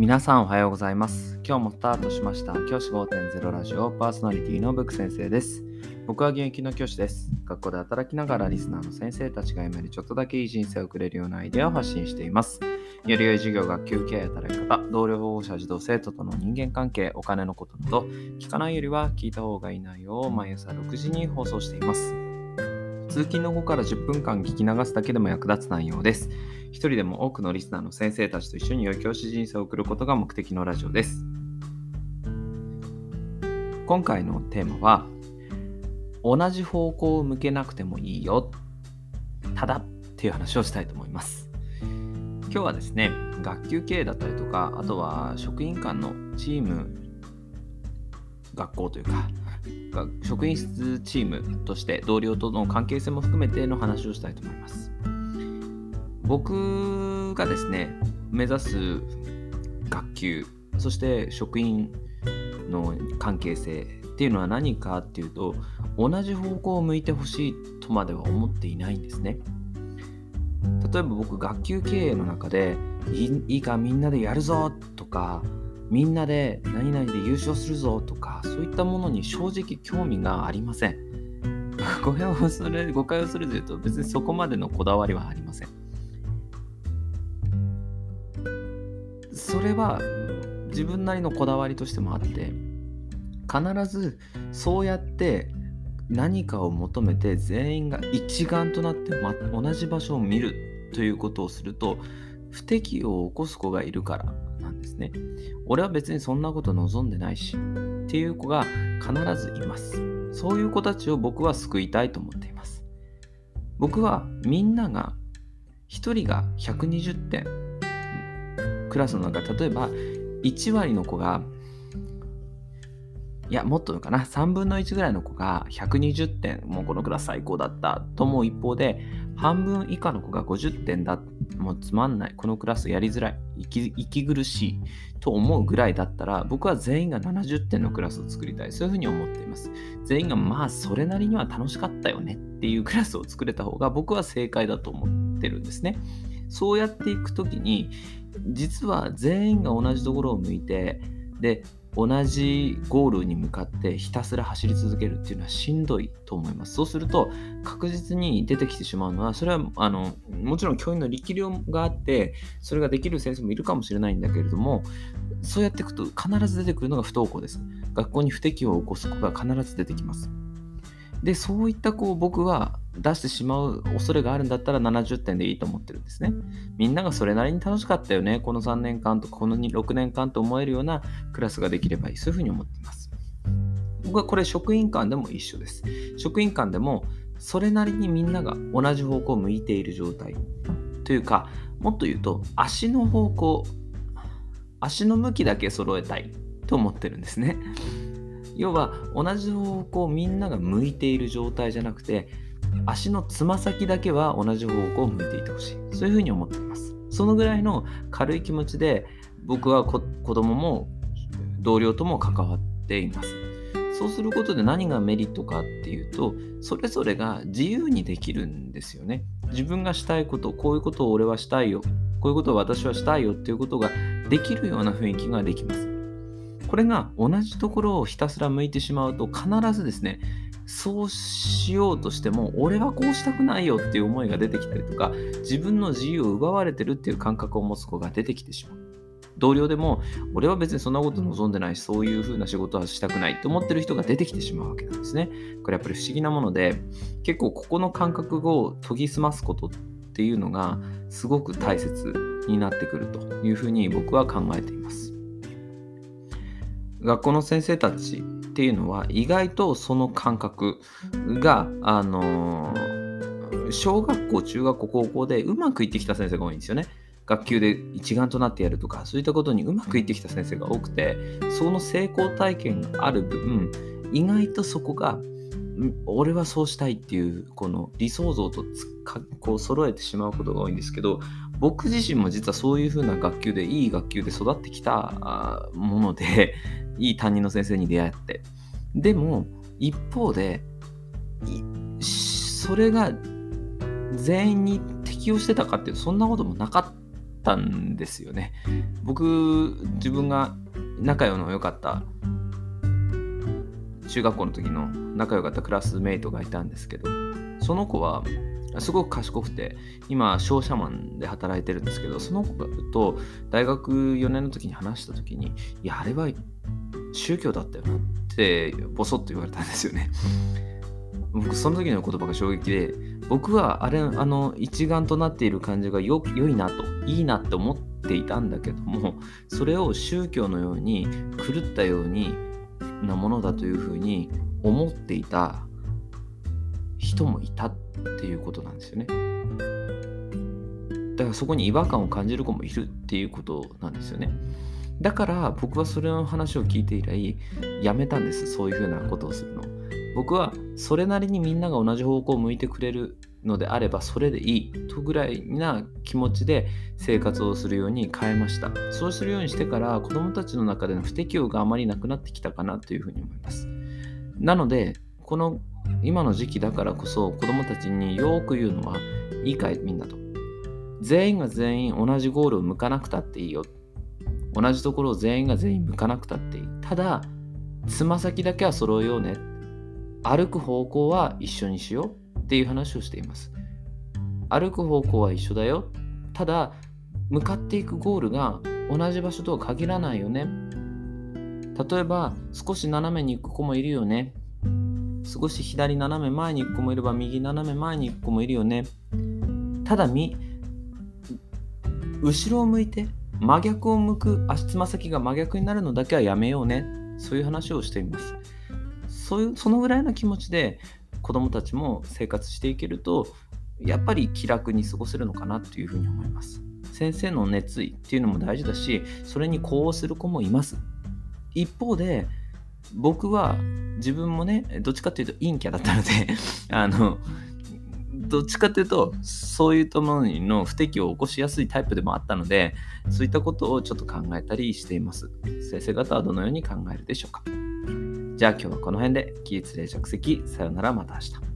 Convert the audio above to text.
皆さんおはようございます。今日もスタートしました教師 5.0 ラジオパーソナリティのブック先生です。僕は現役の教師です。学校で働きながらリスナーの先生たちが夢にちょっとだけいい人生を送れるようなアイデアを発信しています。より良い授業、学級経営、働き方、同僚保護者、児童生徒との人間関係、お金のことなど、聞かないよりは聞いた方がいい内容を毎朝6時に放送しています。通勤の後から10分間聞き流すだけでも役立つ内容です。一人でも多くのリスナーの先生たちと一緒に良い教師人生を送ることが目的のラジオです。今回のテーマは、同じ方向を向けなくてもいいよ、ただっていう話をしたいと思います。今日はですね、学級経営だったりとか、あとは職員間のチーム、学校というか、職員室チームとして同僚との関係性も含めての話をしたいと思います。僕がですね、目指す学級、そして職員の関係性っていうのは何かっていうと、同じ方向を向いてほしいとまでは思っていないんですね。例えば僕、学級経営の中でいいかみんなでやるぞとか、みんなで何々で優勝するぞとか、そういったものに正直興味がありません。誤解をするというと、別にそこまでのこだわりはありません。それは自分なりのこだわりとしてもあって、必ずそうやって何かを求めて全員が一丸となって、同じ場所を見るということをすると、不適応を起こす子がいるからなんですね。俺は別にそんなこと望んでないしっていう子が必ずいます。そういう子たちを僕は救いたいと思っています。僕はみんなが1人が120点、クラスの中、例えば1割の子が、いやもっとかな、3分の1ぐらいの子が120点、もうこのクラス最高だったと思う一方で、半分以下の子が50点だ、もうつまんない、このクラスやりづらい、息苦しいと思うぐらいだったら、僕は全員が70点のクラスを作りたい、そういうふうに思っています。全員がそれなりには楽しかったよねっていうクラスを作れた方が僕は正解だと思ってるんですね。そうやっていくときに、実は全員が同じところを向いて、で同じゴールに向かってひたすら走り続けるっていうのはしんどいと思います。そうすると確実に出てきてしまうのは、それはもちろん教員の力量があってそれができる先生もいるかもしれないんだけれども、そうやっていくと必ず出てくるのが不登校です。学校に不適応を起こす子が必ず出てきます。で、そういった子を僕は出してしまう恐れがあるんだったら70点でいいと思ってるんですね。みんながそれなりに楽しかったよね、この3年間とかこの6年間と思えるようなクラスができればいい、そういうふうに思っています。僕はこれ職員間でも一緒です。職員間でもそれなりにみんなが同じ方向を向いている状態というか、もっと言うと足の向きだけ揃えたいと思ってるんですね。要は同じ方向をみんなが向いている状態じゃなくて、足のつま先だけは同じ方向を向いていてほしい、そういうふうに思っています。そのぐらいの軽い気持ちで僕は子供も同僚とも関わっています。そうすることで何がメリットかっていうと、それぞれが自由にできるんですよね。自分がしたいこと、こういうことを俺はしたいよ、こういうことを私はしたいよっていうことができるような雰囲気ができます。これが同じところをひたすら向いてしまうと、必ずですね、そうしようとしても俺はこうしたくないよっていう思いが出てきたりとか、自分の自由を奪われてるっていう感覚を持つ子が出てきてしまう。同僚でも俺は別にそんなこと望んでないし、そういう風な仕事はしたくないと思ってる人が出てきてしまうわけなんですね。これやっぱり不思議なもので、結構ここの感覚を研ぎ澄ますことっていうのがすごく大切になってくるというふうに僕は考えています。学校の先生たちっていうのは意外とその感覚が、小学校、中学校、高校でうまくいってきた先生が多いんですよね。学級で一丸となってやるとか、そういったことにうまくいってきた先生が多くて、その成功体験がある分、意外とそこが俺はそうしたいっていうこの理想像とこう揃えてしまうことが多いんですけど、僕自身も実はそういう風な学級で、いい学級で育ってきたもので、いい担任の先生に出会って、でも一方でそれが全員に適応してたかっていうと、そんなこともなかっったんですよね。自分が仲良かった中学校の時の仲良かったクラスメイトがいたんですけど、その子はすごく賢くて、今商社マンで働いてるんですけど、その子と大学4年の時に話した時に、いやあれは宗教だったよなってボソッと言われたんですよね。僕その時の言葉が衝撃で、僕は一丸となっている感じが良いなと、いいなって思っていたんだけども、それを宗教のように狂ったようになものだというふうに思っていた人もいたっていうことなんですよね。だからそこに違和感を感じる子もいるっていうことなんですよね。だから僕はそれの話を聞いて以来やめたんです。そういうふうなことをするの。僕はそれなりにみんなが同じ方向を向いてくれるのであればそれでいいとぐらいな気持ちで生活をするように変えました。そうするようにしてから子どもたちの中での不適応があまりなくなってきたかなというふうに思います。なのでこの今の時期だからこそ子どもたちによく言うのは、いいかいみんなと、全員が全員同じゴールを向かなくたっていいよ、同じところを全員が全員向かなくたっていい、ただつま先だけは揃えようね、歩く方向は一緒にしようっていう話をしています。歩く方向は一緒だよ、ただ向かっていくゴールが同じ場所とは限らないよね。例えば少し斜めに行く子もいるよね、少し左斜め前に行く子もいれば右斜め前に行く子もいるよね。ただ後ろを向いて真逆を向くつま先が真逆になるのだけはやめようね。そういう話をしています。そのぐらいの気持ちで子どもたちも生活していけると、やっぱり気楽に過ごせるのかなというふうに思います。先生の熱意っていうのも大事だし、それに呼応する子もいます。一方で僕は自分もね、どっちかというと陰キャだったのでどっちかというとそういうものの不適応を起こしやすいタイプでもあったので、そういったことをちょっと考えたりしています。先生方はどのように考えるでしょうか。じゃあ今日はこの辺で。起立例着席。さよなら、また明日。